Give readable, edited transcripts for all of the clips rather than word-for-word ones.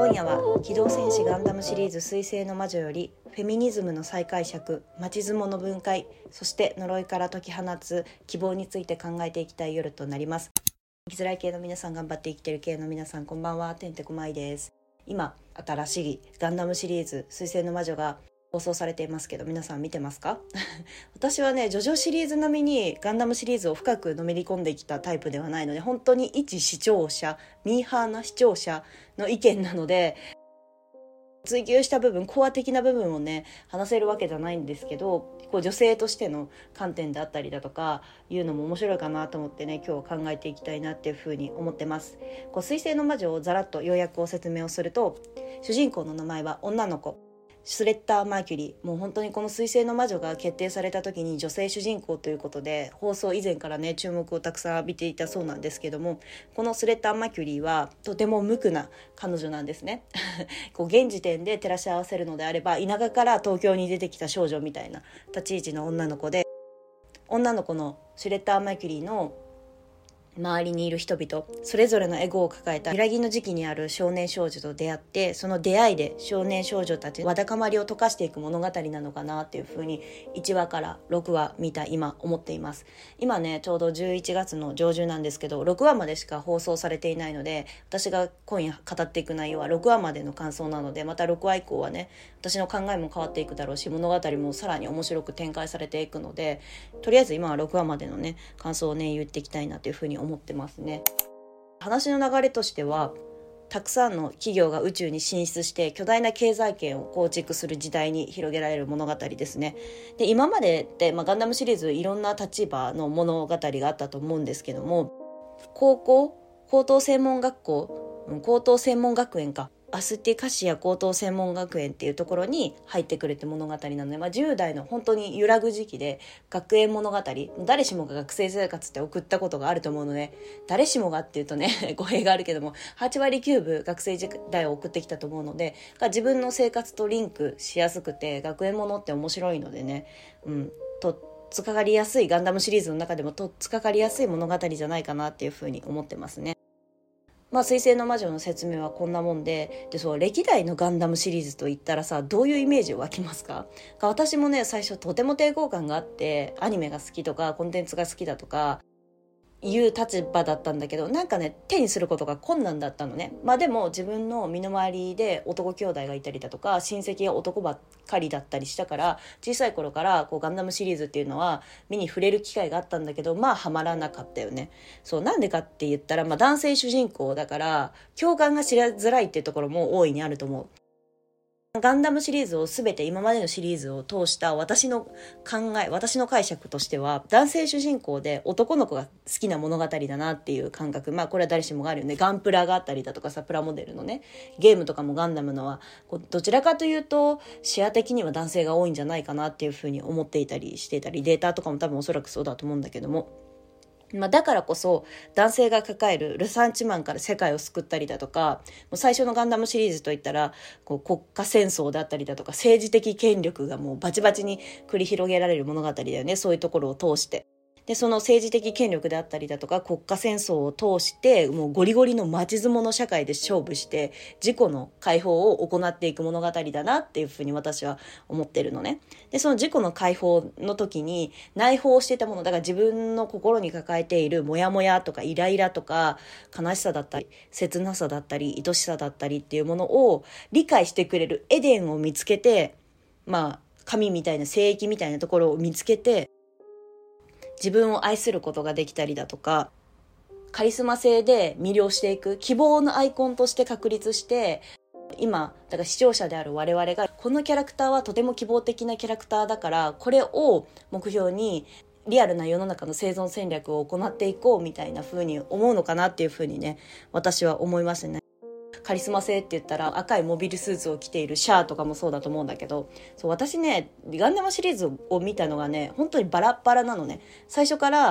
今夜は機動戦士ガンダムシリーズ水星の魔女よりフェミニズムの再解釈、町相撲の分解、そして呪いから解き放つ希望について考えていきたい夜となります。生きづらい系の皆さん、頑張って生きてる系の皆さん、こんばんは。てんてこまいです。今新しいガンダムシリーズ水星の魔女が放送されていますけど、皆さん見てますか？私はね、ジョジョシリーズ並みにガンダムシリーズを深くのめり込んできたタイプではないので、本当に一視聴者、ミーハーな視聴者の意見なので、追求した部分、コア的な部分をね話せるわけじゃないんですけど、こう女性としての観点であったりだとかいうのも面白いかなと思ってね、今日は考えていきたいなっていうふうに思ってます。こう水星の魔女をざらっと要約を説明をすると、主人公の名前は女の子、シュレッダー・マーキュリー。もう本当にこの水星の魔女が決定された時に女性主人公ということで放送以前からね注目をたくさん浴びていたそうなんですけども、このシュレッダー・マーキュリーはとても無垢な彼女なんですね。こう現時点で照らし合わせるのであれば、田舎から東京に出てきた少女みたいな立ち位置の女の子で、女の子のシュレッダー・マーキュリーの周りにいる人々、それぞれのエゴを抱えた揺らぎの時期にある少年少女と出会って、その出会いで少年少女たちわだかまりを溶かしていく物語なのかなっていうふうに1話から6話見た今思っています。今ねちょうど11月の上旬なんですけど、6話までしか放送されていないので、私が今夜語っていく内容は6話までの感想なので、また6話以降はね私の考えも変わっていくだろうし、物語もさらに面白く展開されていくので、とりあえず今は6話までのね感想をね言っていきたいなというふうに思ってますね。話の流れとしては、たくさんの企業が宇宙に進出して巨大な経済圏を構築する時代に広げられる物語ですね。で、今までって、ガンダムシリーズいろんな立場の物語があったと思うんですけども、高等専門学園か、アスティカシア高等専門学園っていうところに入ってくるって物語なので、10代の本当に揺らぐ時期で、学園物語、誰しもが学生生活って送ったことがあると思うので、誰しもがっていうとね語弊があるけども、8割9分学生時代を送ってきたと思うので、自分の生活とリンクしやすくて、学園物って面白いのでね、とっつかかりやすい、ガンダムシリーズの中でもとっつかかりやすい物語じゃないかなっていうふうに思ってますね。水星の魔女の説明はこんなもんで、そう歴代のガンダムシリーズといったらさ、どういうイメージ湧きますか？私もね最初とても抵抗感があって、アニメが好きとかコンテンツが好きだとかいう立場だったんだけど、なんかね手にすることが困難だったのね。でも自分の身の回りで男兄弟がいたりだとか、親戚が男ばっかりだったりしたから、小さい頃からこうガンダムシリーズっていうのは目に触れる機会があったんだけど、ハマらなかったよね。そう、なんでかって言ったら、男性主人公だから共感がしづらいっていうところも大いにあると思う。ガンダムシリーズを全て、今までのシリーズを通した私の考え、私の解釈としては、男性主人公で男の子が好きな物語だなっていう感覚、これは誰しもがあるよね。ガンプラがあったりだとかさ、プラモデルのねゲームとかもガンダムのはどちらかというとシェア的には男性が多いんじゃないかなっていうふうに思っていたりしていたり、データとかも多分おそらくそうだと思うんだけども、だからこそ男性が抱えるルサンチマンから世界を救ったりだとか、もう最初のガンダムシリーズといったら国家戦争だったりだとか、政治的権力がもうバチバチに繰り広げられる物語だよね。そういうところを通して、でその政治的権力であったりだとか国家戦争を通して、もうゴリゴリの町相撲の社会で勝負して自己の解放を行っていく物語だなっていうふうに私は思ってるのね。でその自己の解放の時に内包していたもの、だから自分の心に抱えているモヤモヤとかイライラとか悲しさだったり切なさだったり愛しさだったりっていうものを理解してくれるエデンを見つけて、神みたいな聖域みたいなところを見つけて、自分を愛することができたりだとか、カリスマ性で魅了していく希望のアイコンとして確立して、今だから視聴者である我々がこのキャラクターはとても希望的なキャラクターだから、これを目標にリアルな世の中の生存戦略を行っていこうみたいな風に思うのかなっていう風にね、私は思いますね。カリスマ性って言ったら赤いモビルスーツを着ているシャアとかもそうだと思うんだけど、そう、私ねガンダムシリーズを見たのがね本当にバラッバラなのね。最初から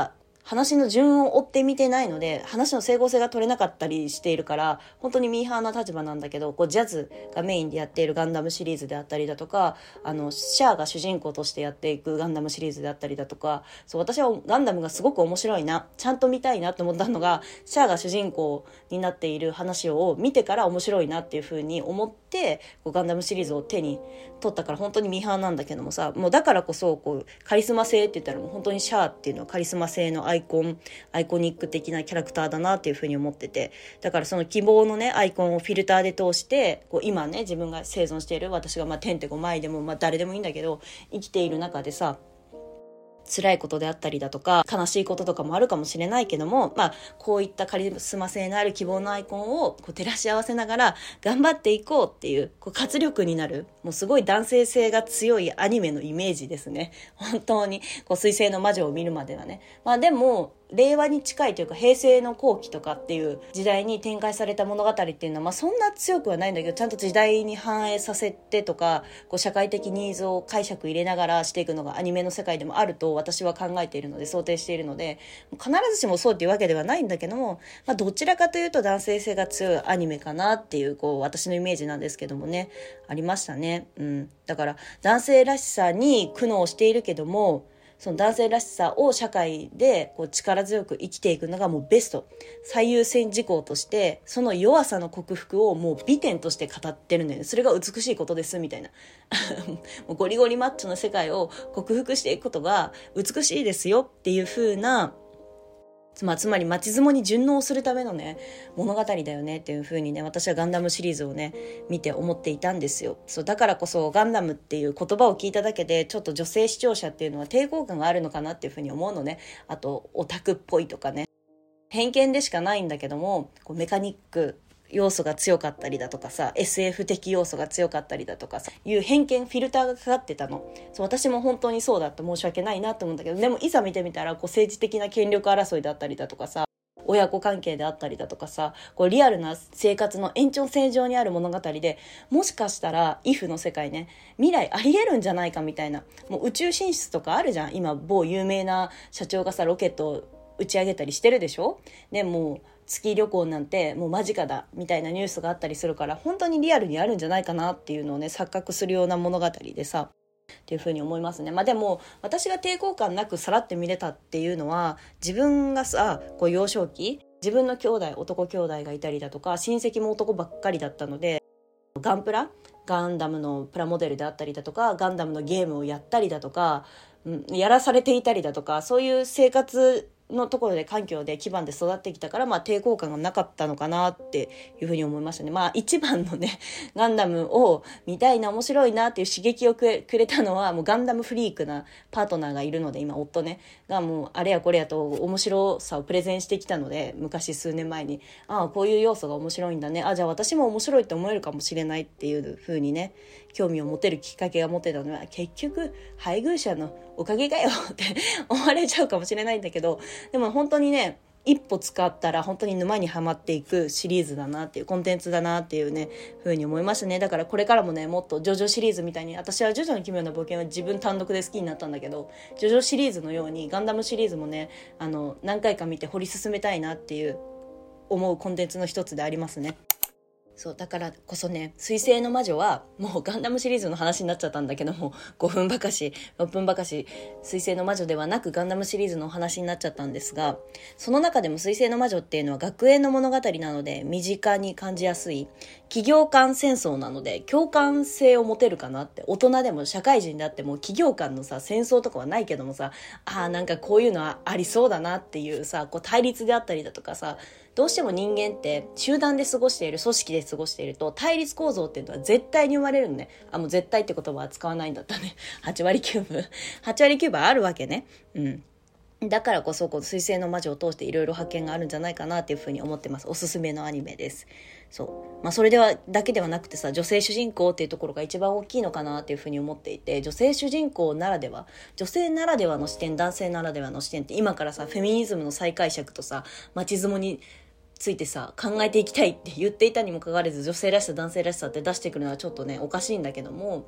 話の順を追って見てないので話の整合性が取れなかったりしているから本当にミーハーな立場なんだけど、こうジャズがメインでやっているガンダムシリーズであったりだとか、シャアが主人公としてやっていくガンダムシリーズであったりだとか、そう私はガンダムがすごく面白いな、ちゃんと見たいなと思ったのがシャアが主人公になっている話を見てから面白いなっていう風に思ってこうガンダムシリーズを手に取ったから本当にミーハーなんだけどもさ、もうだからこそこうカリスマ性って言ったらもう本当にシャアっていうのはカリスマ性のアイコニック的なキャラクターだなっていう風に思ってて、だからその希望のねアイコンをフィルターで通してこう今ね自分が生存している私がてんてこまいでも誰でもいいんだけど生きている中でさ、辛いことであったりだとか悲しいこととかもあるかもしれないけども、こういったカリスマ性のある希望のアイコンをこう照らし合わせながら頑張っていこうっていう、こう活力になる、もうすごい男性性が強いアニメのイメージですね。本当にこう水星の魔女を見るまではね。でも令和に近いというか平成の後期とかっていう時代に展開された物語っていうのは、そんな強くはないんだけどちゃんと時代に反映させてとかこう社会的ニーズを解釈入れながらしていくのがアニメの世界でもあると私は考えているので、想定しているので、必ずしもそうっていうわけではないんだけども、どちらかというと男性性が強いアニメかなっていう、こう私のイメージなんですけどもね、ありましたね。だから男性らしさに苦悩しているけども、その男性らしさを社会でこう力強く生きていくのがもうベスト最優先事項として、その弱さの克服をもう美点として語ってるんだよね。それが美しいことですみたいなもうゴリゴリマッチョな世界を克服していくことが美しいですよっていう風な、つまり町相撲に順応するためのね物語だよねっていう風にね、私はガンダムシリーズをね見て思っていたんですよ。そうだからこそガンダムっていう言葉を聞いただけでちょっと女性視聴者っていうのは抵抗感があるのかなっていう風に思うのね。あとオタクっぽいとかね、偏見でしかないんだけども、こうメカニック要素が強かったりだとかさ、 SF 的要素が強かったりだとかさいう偏見フィルターがかかってたの。そう私も本当にそうだって申し訳ないなと思うんだけど、でもいざ見てみたらこう政治的な権力争いだったりだとかさ、親子関係であったりだとかさ、こうリアルな生活の延長線上にある物語で、もしかしたら IF の世界ね、未来ありえるんじゃないかみたいな、もう宇宙進出とかあるじゃん。今某有名な社長がさロケットを打ち上げたりしてるでしょ。でも月旅行なんてもう間近だみたいなニュースがあったりするから、本当にリアルにあるんじゃないかなっていうのをね錯覚するような物語でさっていう風に思いますね。でも私が抵抗感なくさらって見れたっていうのは、自分がさこう幼少期自分の男兄弟がいたりだとか親戚も男ばっかりだったので、ガンダムのプラモデルであったりだとかガンダムのゲームをやったりだとか、やらされていたりだとか、そういう生活のところで環境で基盤で育ってきたから、抵抗感がなかったのかなっていうふうに思いましたね。一番のねガンダムを見たいな面白いなっていう刺激をくれたのはもうガンダムフリークなパートナーがいるので、今夫ねがもうあれやこれやと面白さをプレゼンしてきたので、昔数年前にこういう要素が面白いんだね、じゃあ私も面白いって思えるかもしれないっていうふうにね興味を持てるきっかけが持てたのは、結局配偶者のおかげかよって思われちゃうかもしれないんだけど、でも本当にね一歩使ったら本当に沼にはまっていくシリーズだなっていうコンテンツだなっていうね風に思いましたね。だからこれからもねもっとジョジョシリーズみたいに、私はジョジョの奇妙な冒険は自分単独で好きになったんだけど、ジョジョシリーズのようにガンダムシリーズもね何回か見て掘り進めたいなっていう思うコンテンツの一つでありますね。そうだからこそね、水星の魔女はもうガンダムシリーズの話になっちゃったんだけども、5分ばかし6分ばかし水星の魔女ではなくガンダムシリーズのお話になっちゃったんですが、その中でも水星の魔女っていうのは学園の物語なので身近に感じやすい、企業間戦争なので共感性を持てるかなって、大人でも社会人であっても企業間のさ戦争とかはないけどもさ、なんかこういうのはありそうだなっていうさ、こう対立であったりだとかさ、どうしても人間って集団で過ごしている、組織で過ごしていると対立構造っていうのは絶対に生まれるのね。もう絶対って言葉は使わないんだったね。8割9分8割9分あるわけね。だからこそこの水星の魔女を通していろいろ発見があるんじゃないかなっていうふうに思ってます。おすすめのアニメです。それだけではなくてさ、女性主人公っていうところが一番大きいのかなっていうふうに思っていて、女性主人公ならでは、女性ならではの視点、男性ならではの視点って今からさフェミニズムの再解釈とさマチズモについてさ考えていきたいって言っていたにもかかわらず、女性らしさ男性らしさって出してくるのはちょっとねおかしいんだけども、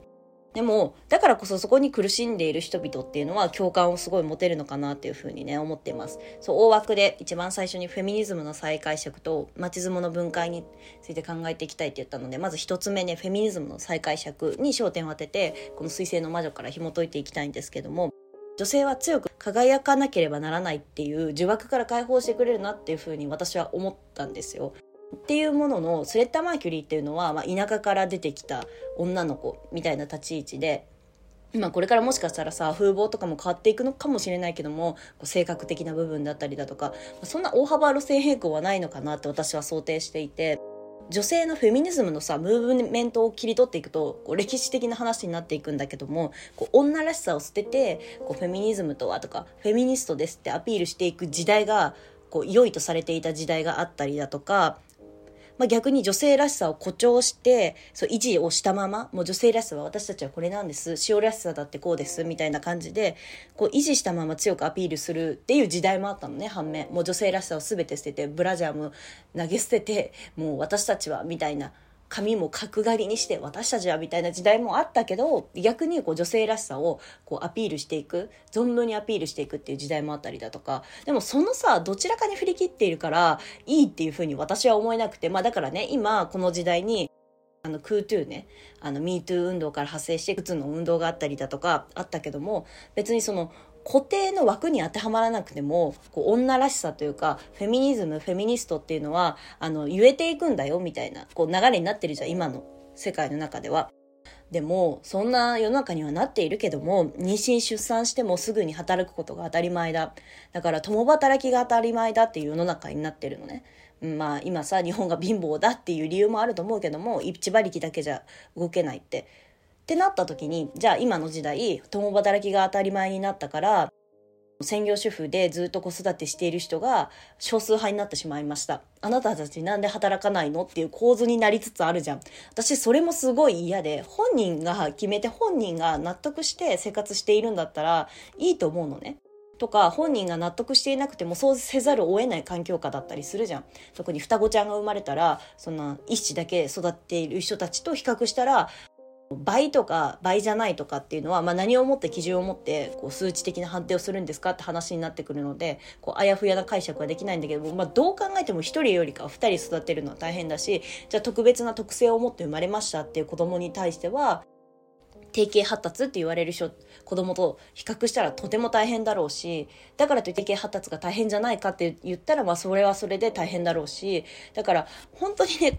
でもだからこそそこに苦しんでいる人々っていうのは共感をすごい持てるのかなっていうふうにね思っています。そう大枠で一番最初にフェミニズムの再解釈と町相撲の分解について考えていきたいって言ったので、まず一つ目ね、フェミニズムの再解釈に焦点を当ててこの水星の魔女から紐解いていきたいんですけども、女性は強く輝かなければならないっていう呪縛から解放してくれるなっていうふうに私は思ったんですよ。っていうもののスレッタ・マーキュリーっていうのは、田舎から出てきた女の子みたいな立ち位置で、これからもしかしたらさ風貌とかも変わっていくのかもしれないけども、性格的な部分だったりだとか、そんな大幅路線変更はないのかなって私は想定していて、女性のフェミニズムのさムーブメントを切り取っていくと歴史的な話になっていくんだけども、女らしさを捨ててフェミニズムとはとかフェミニストですってアピールしていく時代が良いとされていた時代があったりだとか、逆に女性らしさを誇張して維持をしたまま、もう女性らしさは私たちはこれなんです、塩らしさだってこうですみたいな感じで維持したまま強くアピールするっていう時代もあったのね。反面もう女性らしさを全て捨ててブラジャーも投げ捨てて、もう私たちはみたいな、髪も角刈りにして私たちはみたいな時代もあったけど、逆に女性らしさをアピールしていく、存分にアピールしていくっていう時代もあったりだとか、でもそのさどちらかに振り切っているからいいっていうふうに私は思えなくて、だからね今この時代にクートゥーね、MeToo 運動から派生して靴の運動があったりだとかあったけども、別にその固定の枠に当てはまらなくても女らしさというかフェミニズムフェミニストっていうのは言えていくんだよみたいな流れになってるじゃん今の世界の中では。でもそんな世の中にはなっているけども、妊娠出産してもすぐに働くことが当たり前だ、だから共働きが当たり前だっていう世の中になってるのね。今さ日本が貧乏だっていう理由もあると思うけども、一馬力だけじゃ動けないってなった時に、じゃあ今の時代共働きが当たり前になったから専業主婦でずっと子育てしている人が少数派になってしまいました、あなたたちなんで働かないのっていう構図になりつつあるじゃん。私それもすごい嫌で、本人が決めて本人が納得して生活しているんだったらいいと思うのね。とか本人が納得していなくてもそうせざるを得ない環境下だったりするじゃん。特に双子ちゃんが生まれたらそんな一子だけ育っている人たちと比較したら倍とか倍じゃないとかっていうのは、何をもって基準を持って数値的な判定をするんですかって話になってくるので、あやふやな解釈はできないんだけども、どう考えても一人よりかは二人育てるのは大変だし、じゃあ特別な特性を持って生まれましたっていう子供に対しては定型発達って言われる子供と比較したらとても大変だろうし、だからといって定型発達が大変じゃないかって言ったらそれはそれで大変だろうし、だから本当にね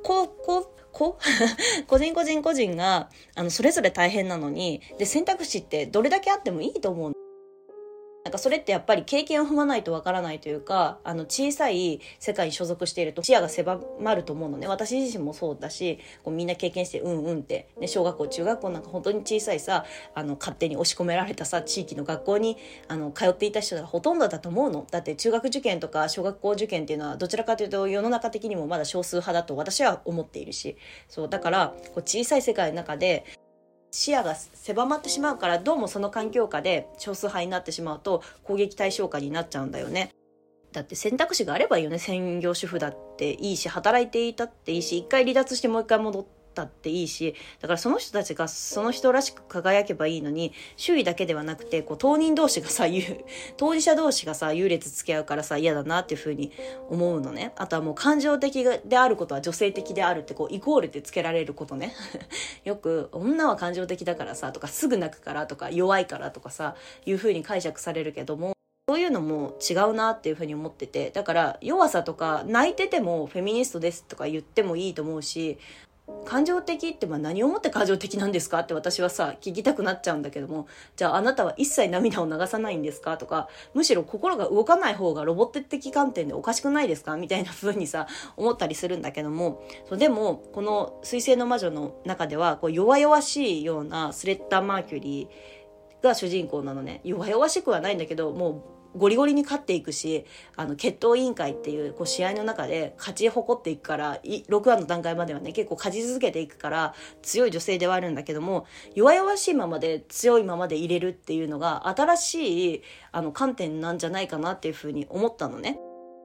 個人個人がそれぞれ大変なのに、で選択肢ってどれだけあってもいいと思う。それってやっぱり経験を踏まないとわからないというか、小さい世界に所属していると視野が狭まると思うのね。私自身もそうだしみんな経験してって、ね、小学校中学校なんか本当に小さいさ勝手に押し込められたさ地域の学校に通っていた人がほとんどだと思うの。だって中学受験とか小学校受験っていうのはどちらかというと世の中的にもまだ少数派だと私は思っているし、そうだから小さい世界の中で視野が狭まってしまうから、どうもその環境下で少数派になってしまうと攻撃対象下になっちゃうんだよね。だって選択肢があればいいよね。専業主婦だっていいし、働いていたっていいし、一回離脱してもう一回戻ったっていいし、だからその人たちがその人らしく輝けばいいのに、周囲だけではなくて当人同士がさ当事者同士がさ優劣付き合うからさ嫌だなっていう風に思うのね。あとはもう感情的であることは女性的であるってイコールってつけられることねよく女は感情的だからさとかすぐ泣くからとか弱いからとかさいう風に解釈されるけども、そういうのも違うなっていうふうに思ってて、だから弱さとか泣いててもフェミニストですとか言ってもいいと思うし、感情的って何をもって感情的なんですかって私はさ聞きたくなっちゃうんだけども、じゃああなたは一切涙を流さないんですかとか、むしろ心が動かない方がロボット的観点でおかしくないですかみたいな風にさ思ったりするんだけども、でもこの水星の魔女の中では弱々しいようなスレッタ・マーキュリーが主人公なのね。弱々しくはないんだけど、もうゴリゴリに勝っていくし、決闘委員会っていう試合の中で勝ち誇っていくから、6話の段階まではね結構勝ち続けていくから強い女性ではあるんだけども、弱々しいままで強いままで入れるっていうのが新しい観点なんじゃないかなっていうふうに思ったのね。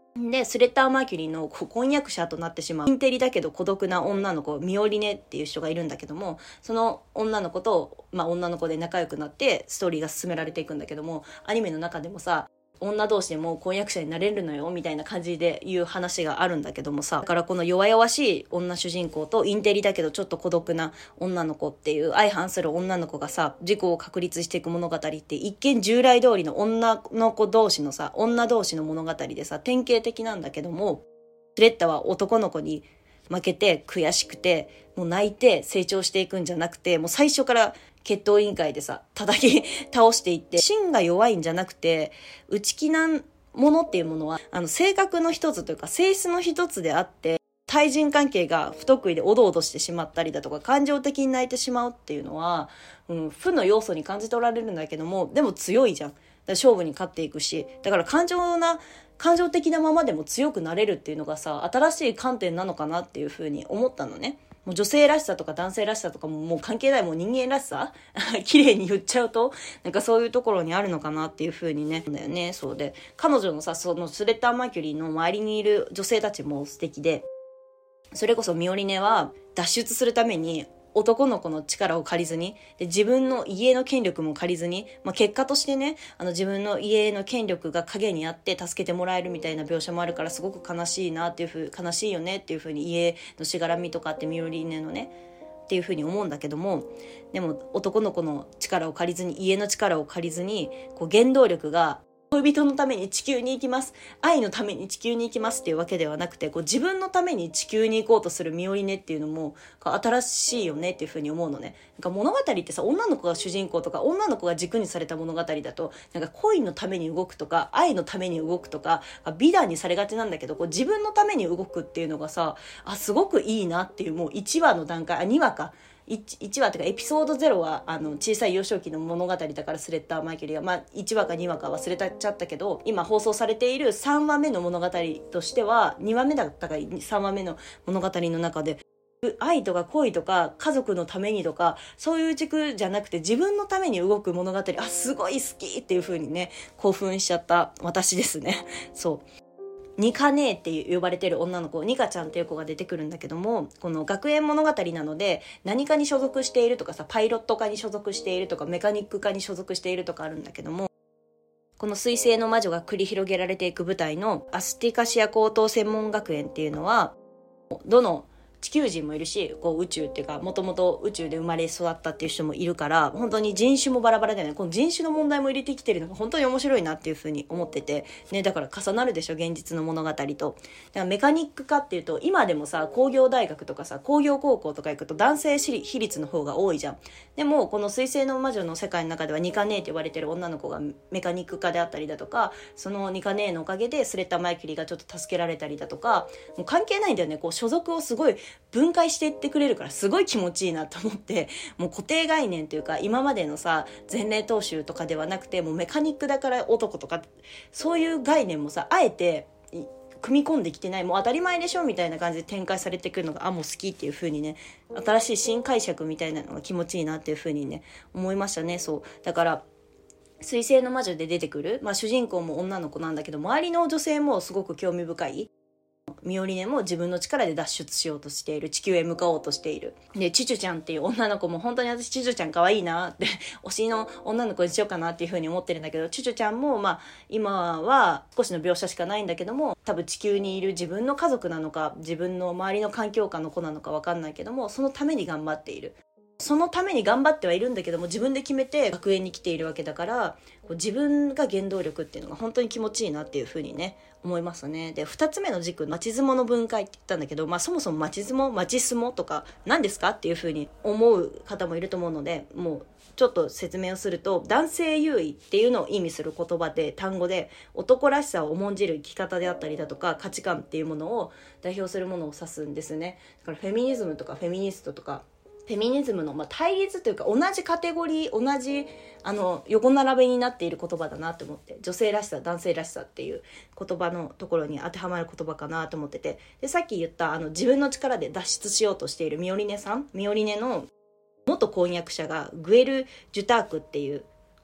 でスレッター・マーキュリーの婚約者となってしまうインテリだけど孤独な女の子ミオリネっていう人がいるんだけども、その女の子と、女の子で仲良くなってストーリーが進められていくんだけども、アニメの中でもさ、女同士でも婚約者になれるのよみたいな感じで言う話があるんだけどもさ、だからこの弱々しい女主人公とインテリだけどちょっと孤独な女の子っていう相反する女の子がさ、自己を確立していく物語って一見従来通りの女の子同士のさ、女同士の物語でさ、典型的なんだけども、スレッタは男の子に負けて悔しくてもう泣いて成長していくんじゃなくて、もう最初から決闘委員会でさ叩き倒していって、芯が弱いんじゃなくて内気なものっていうものは性格の一つというか性質の一つであって、対人関係が不得意でおどおどしてしまったりだとか感情的に泣いてしまうっていうのは、負の要素に感じ取られるんだけども、でも強いじゃん。だから勝負に勝っていくし、だから感情的なままでも強くなれるっていうのがさ、新しい観点なのかなっていうふうに思ったのね。もう女性らしさとか男性らしさとかもう関係ない、もう人間らしさ綺麗に言っちゃうとなんかそういうところにあるのかなっていう風にね、だよね。そうで彼女のさ、そのスレッター・マーキュリーの周りにいる女性たちも素敵で、それこそミオリネは脱出するために男の子の力を借りずに、で自分の家の権力も借りずに、結果としてね、自分の家の権力が影にあって助けてもらえるみたいな描写もあるから、すごく悲しいなっていう悲しいよねっていう風に、家のしがらみとかってミオリネのねっていう風に思うんだけども、でも男の子の力を借りずに、家の力を借りずに、原動力が恋人のために地球に行きます、愛のために地球に行きますっていうわけではなくて、自分のために地球に行こうとするミオリネっていうのも新しいよねっていうふうに思うのね。物語ってさ、女の子が主人公とか女の子が軸にされた物語だと、恋のために動くとか愛のために動くとか美談にされがちなんだけど、自分のために動くっていうのがさ、すごくいいなっていう、もう1話の段階、2話か、1話っていうかエピソード0は小さい幼少期の物語だから、スレッター・マーキュリーが、1話か2話か忘れちゃったけど、今放送されている3話目の物語としては、2話目だったか3話目の物語の中で、愛とか恋とか家族のためにとかそういう軸じゃなくて、自分のために動く物語、すごい好きっていう風にね、興奮しちゃった私ですね。そうニカネーって呼ばれてる女の子、ニカちゃんっていう子が出てくるんだけども、この学園物語なので何かに所属しているとかさ、パイロット科に所属しているとかメカニック科に所属しているとかあるんだけども、この水星の魔女が繰り広げられていく舞台のアスティカシア高等専門学園っていうのは、どの地球人もいるし、宇宙っていうかもともと宇宙で生まれ育ったっていう人もいるから、本当に人種もバラバラだよね。この人種の問題も入れてきてるのが本当に面白いなっていうふうに思っててね。だから重なるでしょ、現実の物語と。だからメカニック科っていうと、今でもさ工業大学とかさ工業高校とか行くと男性比率の方が多いじゃん。でもこの水星の魔女の世界の中ではニカネーって呼ばれてる女の子がメカニック科であったりだとか、そのニカネーのおかげでスレッタ・マイキュリーがちょっと助けられたりだとか、もう関係ないんだよね。所属をすごい分解していってくれるから、すごい気持ちいいなと思って、もう固定概念というか今までのさ前例踏襲とかではなくて、もうメカニックだから男とかそういう概念もさ、あえて組み込んできてない、もう当たり前でしょみたいな感じで展開されてくるのがもう好きっていう風にね、新しい新解釈みたいなのが気持ちいいなっていう風にね思いましたね。そうだから水星の魔女で出てくる、主人公も女の子なんだけど、周りの女性もすごく興味深い。ミオリネも自分の力で脱出しようとしている、地球へ向かおうとしている。でチュチュちゃんっていう女の子も、本当に私チュチュちゃん可愛いなって推しの女の子にしようかなっていう風に思ってるんだけど、チュチュちゃんも今は少しの描写しかないんだけども、多分地球にいる自分の家族なのか自分の周りの環境下の子なのか分かんないけども、そのために頑張っている。そのために頑張ってはいるんだけども、自分で決めて学園に来ているわけだから、自分が原動力っていうのが本当に気持ちいいなっていう風にね思いますね。で2つ目の軸、町相撲の分解って言ったんだけど、そもそも町相撲とか何ですかっていう風に思う方もいると思うので、もうちょっと説明をすると、男性優位っていうのを意味する言葉で、単語で男らしさを重んじる生き方であったりだとか価値観っていうものを代表するものを指すんですね。だからフェミニズムとかフェミニストとか、フェミニズムの対立というか、同じカテゴリー、同じ横並べになっている言葉だなと思って、女性らしさ男性らしさっていう言葉のところに当てはまる言葉かなと思ってて、でさっき言った自分の力で脱出しようとしているミオリネの元婚約者がグエル・ジュタークっていう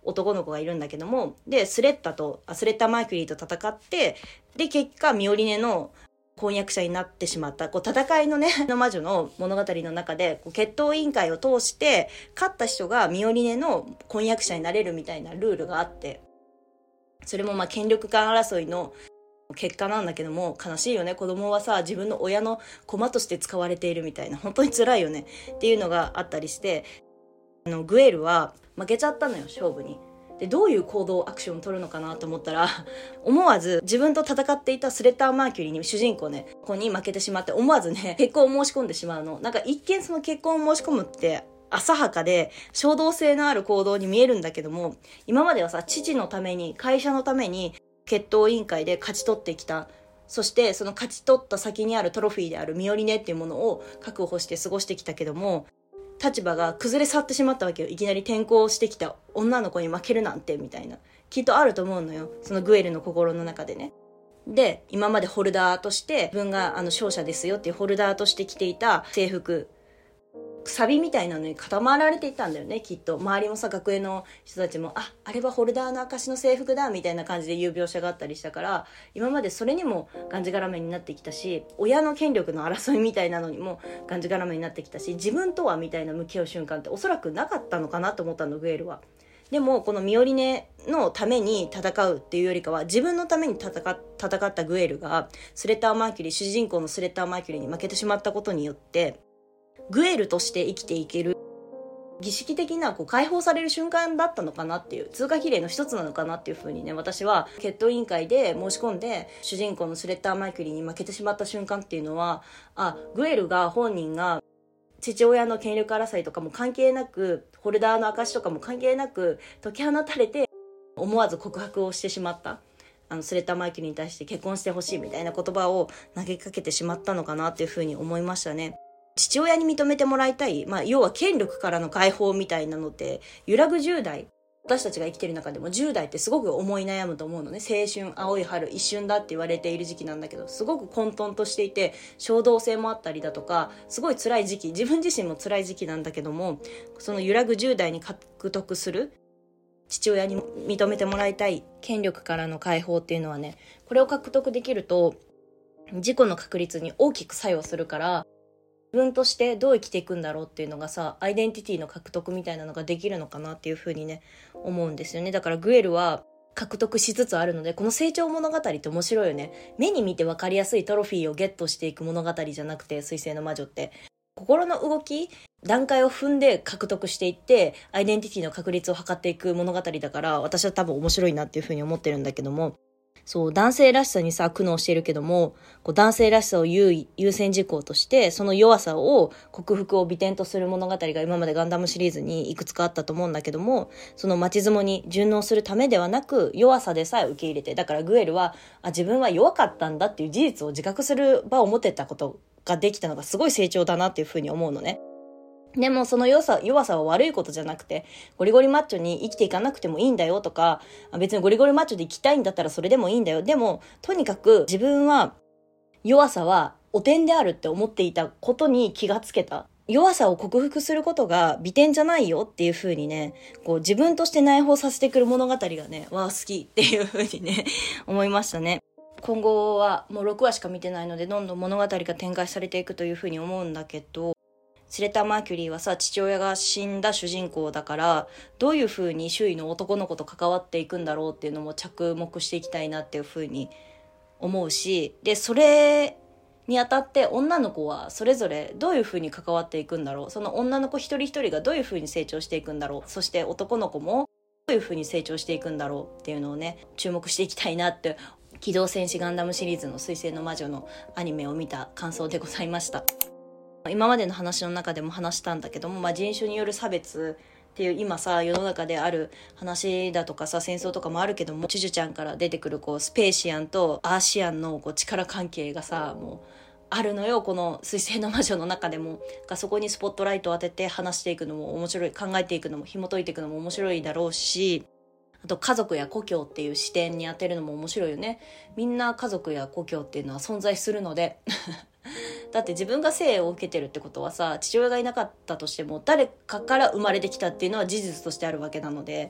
男の子がいるんだけども、でスレッタマーキュリーと戦って、で結果ミオリネの婚約者になってしまった戦いのねの魔女の物語の中で決闘委員会を通して勝った人がミオリネの婚約者になれるみたいなルールがあって、それも権力間争いの結果なんだけども、悲しいよね。子供はさ、自分の親の駒として使われているみたいな、本当に辛いよねっていうのがあったりして、グエルは負けちゃったのよ、勝負に。でどういう行動アクションを取るのかなと思ったら、思わず自分と戦っていたスレッター・マーキュリーに、主人公ね、ここに負けてしまって、思わずね結婚を申し込んでしまうの。なんか一見その結婚を申し込むって浅はかで衝動性のある行動に見えるんだけども、今まではさ、父のために会社のために決闘委員会で勝ち取ってきた、そしてその勝ち取った先にあるトロフィーであるミオリネっていうものを確保して過ごしてきたけども、立場が崩れ去ってしまったわけよ。いきなり転校してきた女の子に負けるなんてみたいな、きっとあると思うのよ、そのグエルの心の中でね。で今までホルダーとして自分が勝者ですよっていうホルダーとして着ていた制服、サビみたいなのに固まられていたんだよね、きっと。周りもさ、学園の人たちもあれはホルダーの証の制服だみたいな感じで言う描写があったりしたから、今までそれにもがんじがらめになってきたし、親の権力の争いみたいなのにもがんじがらめになってきたし、自分とはみたいな向き合う瞬間っておそらくなかったのかなと思ったの、グエルは。でもこのミオリネのために戦うっていうよりかは、自分のために戦ったグエルがスレッター・マーキュリー、主人公のスレッター・マーキュリーに負けてしまったことによって、グエルとして生きていける儀式的な解放される瞬間だったのかなっていう、通過儀礼の一つなのかなっていう風にね、私は決闘委員会で申し込んで主人公のスレッター・マーキュリーに負けてしまった瞬間っていうのは、グエルが本人が父親の権力争いとかも関係なく、ホルダーの証とかも関係なく解き放たれて、思わず告白をしてしまった、スレッター・マーキュリーに対して結婚してほしいみたいな言葉を投げかけてしまったのかなっていう風に思いましたね。父親に認めてもらいたい、要は権力からの解放みたいなのって揺らぐ10代、私たちが生きてる中でも10代ってすごく思い悩むと思うのね。青春、青い春、一瞬だって言われている時期なんだけど、すごく混沌としていて衝動性もあったりだとか、すごい辛い時期、自分自身も辛い時期なんだけども、その揺らぐ10代に獲得する父親に認めてもらいたい権力からの解放っていうのはね、これを獲得できると事故の確率に大きく作用するから、自分としてどう生きていくんだろうっていうのがさ、アイデンティティの獲得みたいなのができるのかなっていう風にね思うんですよね。だからグエルは獲得しつつあるので、この成長物語って面白いよね。目に見て分かりやすいトロフィーをゲットしていく物語じゃなくて、水星の魔女って心の動き、段階を踏んで獲得していってアイデンティティの確率を測っていく物語だから、私は多分面白いなっていう風に思ってるんだけども、そう、男性らしさにさ苦悩しているけども、男性らしさを優先事項として、その弱さを克服を美点とする物語が今までガンダムシリーズにいくつかあったと思うんだけども、その町相撲に順応するためではなく、弱さでさえ受け入れて、だからグエルは自分は弱かったんだっていう事実を自覚する場を持ってたことができたのがすごい成長だなっていうふうに思うのね。でもその弱さは悪いことじゃなくて、ゴリゴリマッチョに生きていかなくてもいいんだよとか、別にゴリゴリマッチョで生きたいんだったらそれでもいいんだよ。でもとにかく自分は弱さは汚点であるって思っていたことに気がつけた。弱さを克服することが美点じゃないよっていう風にね、自分として内包させてくる物語がね、好きっていう風にね思いましたね。今後はもう6話しか見てないので、どんどん物語が展開されていくという風に思うんだけど、スレッター・マーキュリーはさ、父親が死んだ主人公だから、どういう風に周囲の男の子と関わっていくんだろうっていうのも着目していきたいなっていう風に思うし、でそれにあたって女の子はそれぞれどういう風に関わっていくんだろう、その女の子一人一人がどういう風に成長していくんだろう、そして男の子もどういう風に成長していくんだろうっていうのをね注目していきたいなって、機動戦士ガンダムシリーズの水星の魔女のアニメを見た感想でございました。今までの話の中でも話したんだけども、人種による差別っていう今さ世の中である話だとかさ、戦争とかもあるけども、チュチュちゃんから出てくるスペーシアンとアーシアンの力関係がさもうあるのよ、この水星の魔女の中でも。そこにスポットライトを当てて話していくのも面白い、考えていくのも紐解いていくのも面白いだろうし、あと家族や故郷っていう視点に当てるのも面白いよね。みんな家族や故郷っていうのは存在するのでだって自分が生を受けてるってことはさ、父親がいなかったとしても誰かから生まれてきたっていうのは事実としてあるわけなので、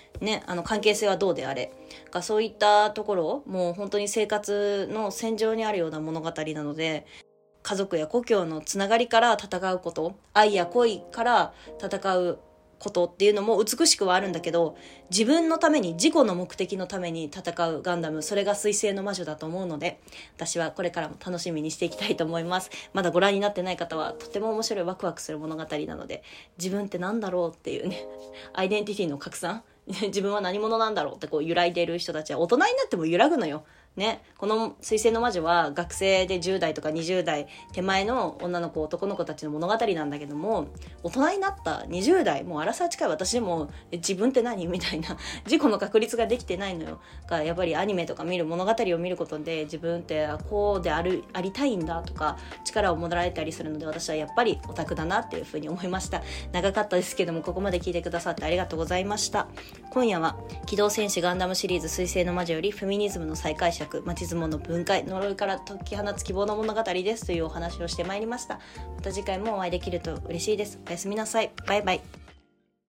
ね、関係性はどうであれが、そういったところもう本当に生活の戦場にあるような物語なので、家族や故郷のつながりから戦うこと、愛や恋から戦うことっていうのも美しくはあるんだけど、自分のために、自己の目的のために戦うガンダム、それが水星の魔女だと思うので、私はこれからも楽しみにしていきたいと思います。まだご覧になってない方はとても面白い、ワクワクする物語なので、自分ってなんだろうっていうね、アイデンティティの拡散自分は何者なんだろうって揺らいでいる人たちは大人になっても揺らぐのよね。この水星の魔女は学生で10代とか20代手前の女の子、男の子たちの物語なんだけども、大人になった20代、もうアラサー近い私でも自分って何みたいな自己の確立ができてないのよ。がやっぱりアニメとか見る、物語を見ることで、自分ってこうでありたいんだとか力をもらえたりするので、私はやっぱりオタクだなっていうふうに思いました。長かったですけども、ここまで聞いてくださってありがとうございました。今夜は機動戦士ガンダムシリーズ水星の魔女よりフェミニズムの再解釈、マチズモの分解、呪いから解き放つ希望の物語ですというお話をしてまいりました。また次回もお会いできると嬉しいです。おやすみなさい。バイバイ。